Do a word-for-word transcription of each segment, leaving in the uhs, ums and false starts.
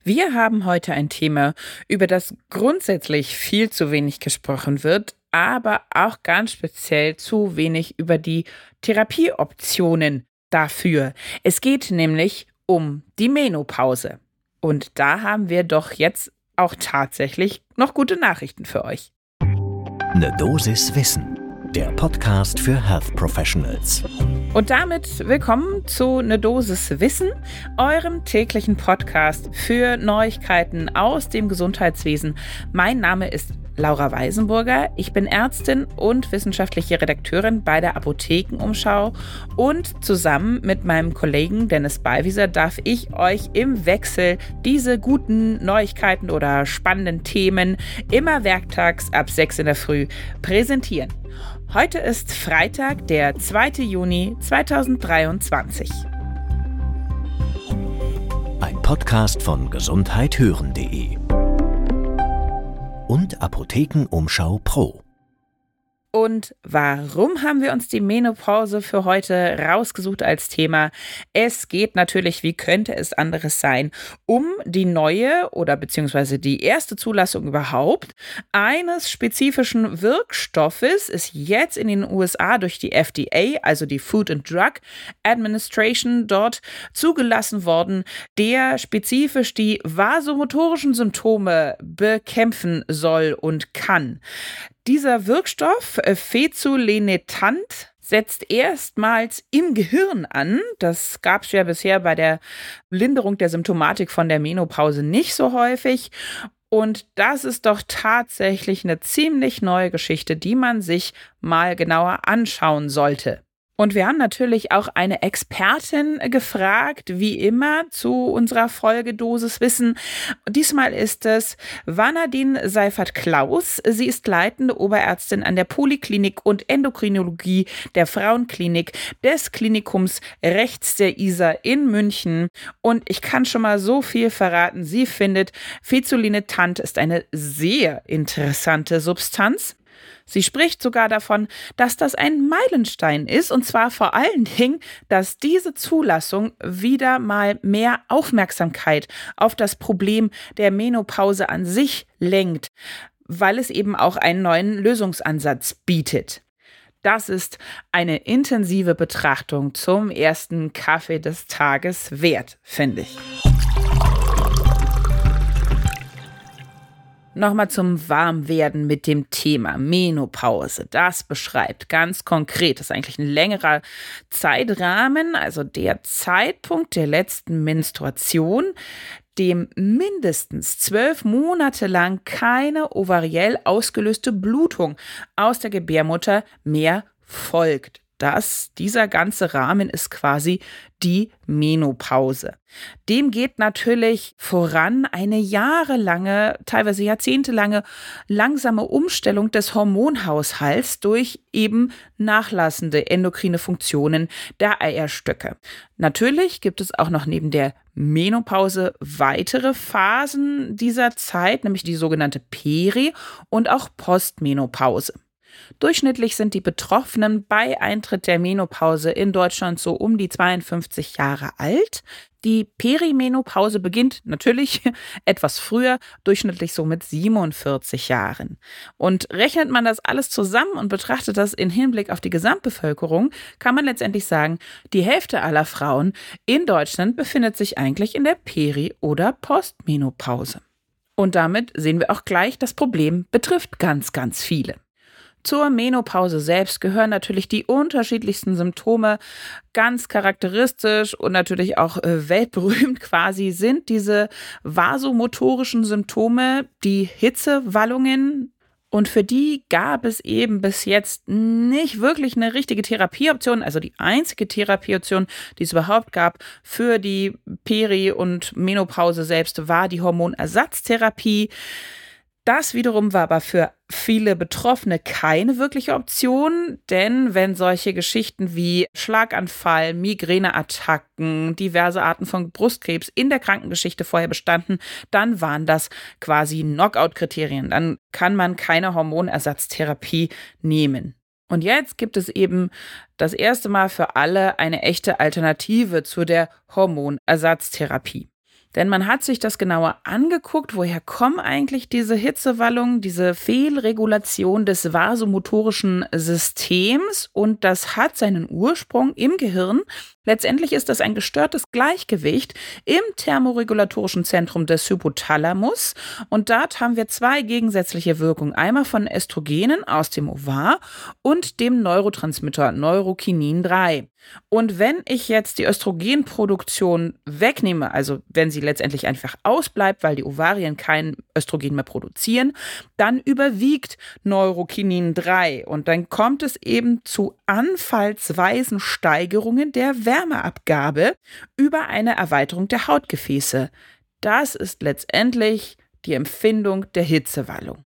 Wir haben heute ein Thema, über das grundsätzlich viel zu wenig gesprochen wird, aber auch ganz speziell zu wenig über die Therapieoptionen dafür. Es geht nämlich um die Menopause. Und da haben wir doch jetzt auch tatsächlich noch gute Nachrichten für euch. Ne Dosis Wissen, der Podcast für Health Professionals. Und damit willkommen zu Ne Dosis Wissen, eurem täglichen Podcast für Neuigkeiten aus dem Gesundheitswesen. Mein Name ist Laura Weisenburger. Ich bin Ärztin und wissenschaftliche Redakteurin bei der Apothekenumschau und zusammen mit meinem Kollegen Dennis Ballwieser darf ich euch im Wechsel diese guten Neuigkeiten oder spannenden Themen immer werktags ab sechs in der Früh präsentieren. Heute ist Freitag, der zweite Juni zweitausenddreiundzwanzig. Ein Podcast von gesundheit hören punkt de und Apothekenumschau Pro. Und warum haben wir uns die Menopause für heute rausgesucht als Thema? Es geht natürlich, wie könnte es anderes sein, um die neue oder beziehungsweise die erste Zulassung überhaupt eines spezifischen Wirkstoffes ist jetzt in den U S A durch die F D A, also die Food and Drug Administration, dort zugelassen worden, der spezifisch die vasomotorischen Symptome bekämpfen soll und kann. Dieser Wirkstoff, äh, Fezolinetant, setzt erstmals im Gehirn an. Das gab es ja bisher bei der Linderung der Symptomatik von der Menopause nicht so häufig. Und das ist doch tatsächlich eine ziemlich neue Geschichte, die man sich mal genauer anschauen sollte. Und wir haben natürlich auch eine Expertin gefragt, wie immer, zu unserer Folge Dosis Wissen. Diesmal ist es Vanadine Seifert-Klaus. Sie ist leitende Oberärztin an der Poliklinik und Endokrinologie der Frauenklinik des Klinikums rechts der Isar in München. Und ich kann schon mal so viel verraten. Sie findet, Fezolinetant ist eine sehr interessante Substanz. Sie spricht sogar davon, dass das ein Meilenstein ist, und zwar vor allen Dingen, dass diese Zulassung wieder mal mehr Aufmerksamkeit auf das Problem der Menopause an sich lenkt, weil es eben auch einen neuen Lösungsansatz bietet. Das ist eine intensive Betrachtung zum ersten Kaffee des Tages wert, finde ich. Nochmal zum Warmwerden mit dem Thema Menopause. Das beschreibt ganz konkret, das ist eigentlich ein längerer Zeitrahmen, also der Zeitpunkt der letzten Menstruation, dem mindestens zwölf Monate lang keine ovariell ausgelöste Blutung aus der Gebärmutter mehr folgt. Das, dieser ganze Rahmen ist quasi die Menopause. Dem geht natürlich voran eine jahrelange, teilweise jahrzehntelange langsame Umstellung des Hormonhaushalts durch eben nachlassende endokrine Funktionen der Eierstöcke. Natürlich gibt es auch noch neben der Menopause weitere Phasen dieser Zeit, nämlich die sogenannte Peri- und auch Postmenopause. Durchschnittlich sind die Betroffenen bei Eintritt der Menopause in Deutschland so um die zweiundfünfzig Jahre alt. Die Perimenopause beginnt natürlich etwas früher, durchschnittlich so mit siebenundvierzig Jahren. Und rechnet man das alles zusammen und betrachtet das in Hinblick auf die Gesamtbevölkerung, kann man letztendlich sagen, die Hälfte aller Frauen in Deutschland befindet sich eigentlich in der Peri- oder Postmenopause. Und damit sehen wir auch gleich, das Problem betrifft ganz, ganz viele. Zur Menopause selbst gehören natürlich die unterschiedlichsten Symptome. Ganz charakteristisch und natürlich auch äh, weltberühmt quasi sind diese vasomotorischen Symptome, die Hitzewallungen. Und für die gab es eben bis jetzt nicht wirklich eine richtige Therapieoption. Also die einzige Therapieoption, die es überhaupt gab für die Peri- und Menopause selbst, war die Hormonersatztherapie. Das wiederum war aber für viele Betroffene keine wirkliche Option, denn wenn solche Geschichten wie Schlaganfall, Migräneattacken, diverse Arten von Brustkrebs in der Krankengeschichte vorher bestanden, dann waren das quasi Knockout-Kriterien. Dann kann man keine Hormonersatztherapie nehmen. Und jetzt gibt es eben das erste Mal für alle eine echte Alternative zu der Hormonersatztherapie. Denn man hat sich das genauer angeguckt, woher kommen eigentlich diese Hitzewallungen, diese Fehlregulation des vasomotorischen Systems, und das hat seinen Ursprung im Gehirn. Letztendlich ist das ein gestörtes Gleichgewicht im thermoregulatorischen Zentrum des Hypothalamus, und dort haben wir zwei gegensätzliche Wirkungen, einmal von Östrogenen aus dem Ovar und dem Neurotransmitter Neurokinin drei. Und wenn ich jetzt die Östrogenproduktion wegnehme, also wenn sie letztendlich einfach ausbleibt, weil die Ovarien kein Östrogen mehr produzieren, dann überwiegt Neurokinin drei und dann kommt es eben zu anfallsweisen Steigerungen der Wärmeabgabe über eine Erweiterung der Hautgefäße. Das ist letztendlich die Empfindung der Hitzewallung.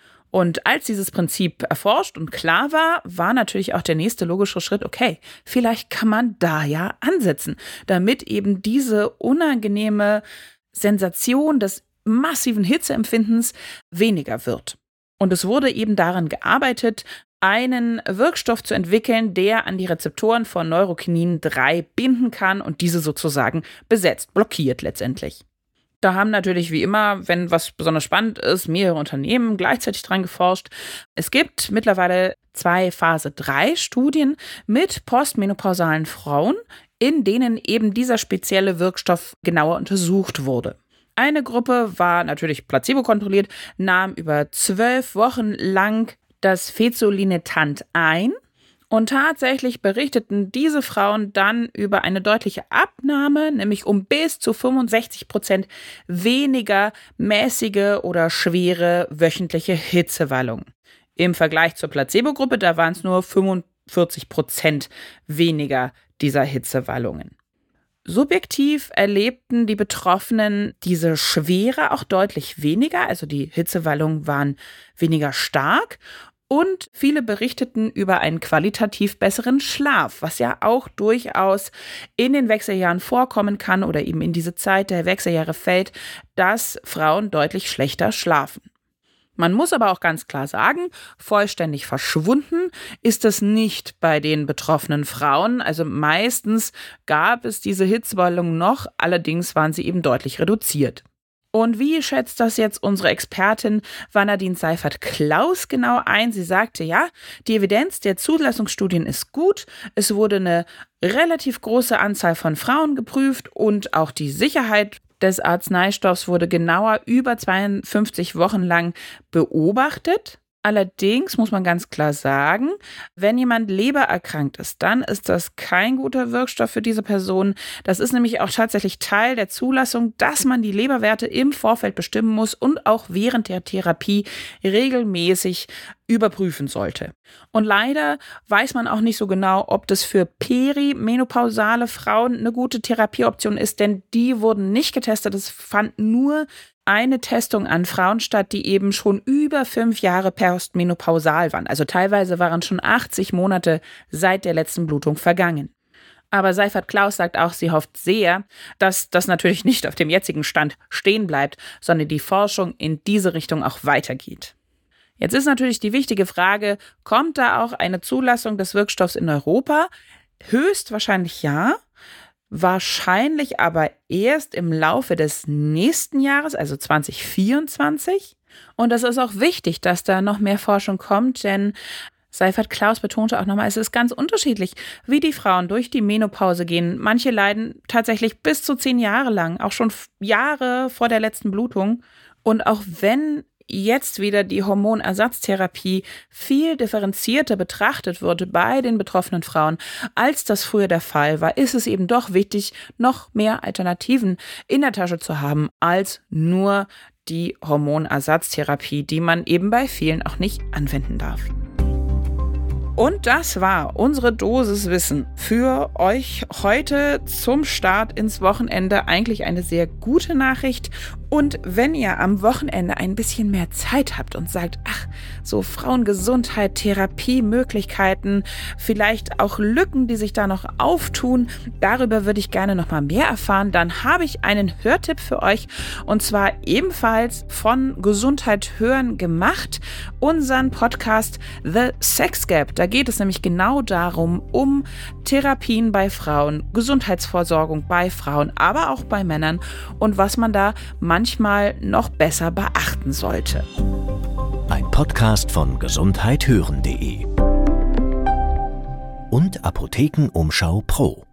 Und als dieses Prinzip erforscht und klar war, war natürlich auch der nächste logische Schritt, okay, vielleicht kann man da ja ansetzen, damit eben diese unangenehme Sensation des massiven Hitzeempfindens weniger wird. Und es wurde eben daran gearbeitet, einen Wirkstoff zu entwickeln, der an die Rezeptoren von Neurokinin drei binden kann und diese sozusagen besetzt, blockiert letztendlich. Da haben natürlich wie immer, wenn was besonders spannend ist, mehrere Unternehmen gleichzeitig dran geforscht. Es gibt mittlerweile zwei Phase drei Studien mit postmenopausalen Frauen, in denen eben dieser spezielle Wirkstoff genauer untersucht wurde. Eine Gruppe war natürlich placebo-kontrolliert, nahm über zwölf Wochen lang das Fezolinetant ein. Und tatsächlich berichteten diese Frauen dann über eine deutliche Abnahme, nämlich um bis zu fünfundsechzig Prozent weniger mäßige oder schwere wöchentliche Hitzewallungen. Im Vergleich zur Placebo-Gruppe, da waren es nur fünfundvierzig Prozent weniger dieser Hitzewallungen. Subjektiv erlebten die Betroffenen diese Schwere auch deutlich weniger, also die Hitzewallungen waren weniger stark. Und viele berichteten über einen qualitativ besseren Schlaf, was ja auch durchaus in den Wechseljahren vorkommen kann oder eben in diese Zeit der Wechseljahre fällt, dass Frauen deutlich schlechter schlafen. Man muss aber auch ganz klar sagen, vollständig verschwunden ist es nicht bei den betroffenen Frauen. Also meistens gab es diese Hitzewallungen noch, allerdings waren sie eben deutlich reduziert. Und wie schätzt das jetzt unsere Expertin Vanadine Seifert-Klaus genau ein? Sie sagte, ja, die Evidenz der Zulassungsstudien ist gut. Es wurde eine relativ große Anzahl von Frauen geprüft und auch die Sicherheit des Arzneistoffs wurde genauer über zweiundfünfzig Wochen lang beobachtet. Allerdings muss man ganz klar sagen, wenn jemand lebererkrankt ist, dann ist das kein guter Wirkstoff für diese Person. Das ist nämlich auch tatsächlich Teil der Zulassung, dass man die Leberwerte im Vorfeld bestimmen muss und auch während der Therapie regelmäßig überprüfen sollte. Und leider weiß man auch nicht so genau, ob das für perimenopausale Frauen eine gute Therapieoption ist, denn die wurden nicht getestet. Es fand nur eine Testung an Frauen statt, die eben schon über fünf Jahre postmenopausal waren. Also teilweise waren schon achtzig Monate seit der letzten Blutung vergangen. Aber Seifert-Klaus sagt auch, sie hofft sehr, dass das natürlich nicht auf dem jetzigen Stand stehen bleibt, sondern die Forschung in diese Richtung auch weitergeht. Jetzt ist natürlich die wichtige Frage, kommt da auch eine Zulassung des Wirkstoffs in Europa? Höchstwahrscheinlich ja. Wahrscheinlich aber erst im Laufe des nächsten Jahres, also zwanzig vierundzwanzig. Und es ist auch wichtig, dass da noch mehr Forschung kommt, denn Seifert-Klaus betonte auch nochmal, es ist ganz unterschiedlich, wie die Frauen durch die Menopause gehen. Manche leiden tatsächlich bis zu zehn Jahre lang, auch schon Jahre vor der letzten Blutung. Und auch wenn jetzt wieder die Hormonersatztherapie viel differenzierter betrachtet wird bei den betroffenen Frauen, als das früher der Fall war, ist es eben doch wichtig, noch mehr Alternativen in der Tasche zu haben, als nur die Hormonersatztherapie, die man eben bei vielen auch nicht anwenden darf. Und das war unsere Dosis Wissen für euch heute zum Start ins Wochenende. Eigentlich eine sehr gute Nachricht Und wenn ihr am Wochenende ein bisschen mehr Zeit habt und sagt, ach, so Frauengesundheit, Therapiemöglichkeiten, vielleicht auch Lücken, die sich da noch auftun, darüber würde ich gerne noch mal mehr erfahren, dann habe ich einen Hörtipp für euch und zwar ebenfalls von Gesundheit hören gemacht, unseren Podcast The Sex Gap. Da geht es nämlich genau darum, um Therapien bei Frauen, Gesundheitsvorsorgung bei Frauen, aber auch bei Männern und was man da manchmal noch besser beachten sollte. Ein Podcast von gesundheit hören punkt de und Apothekenumschau Pro.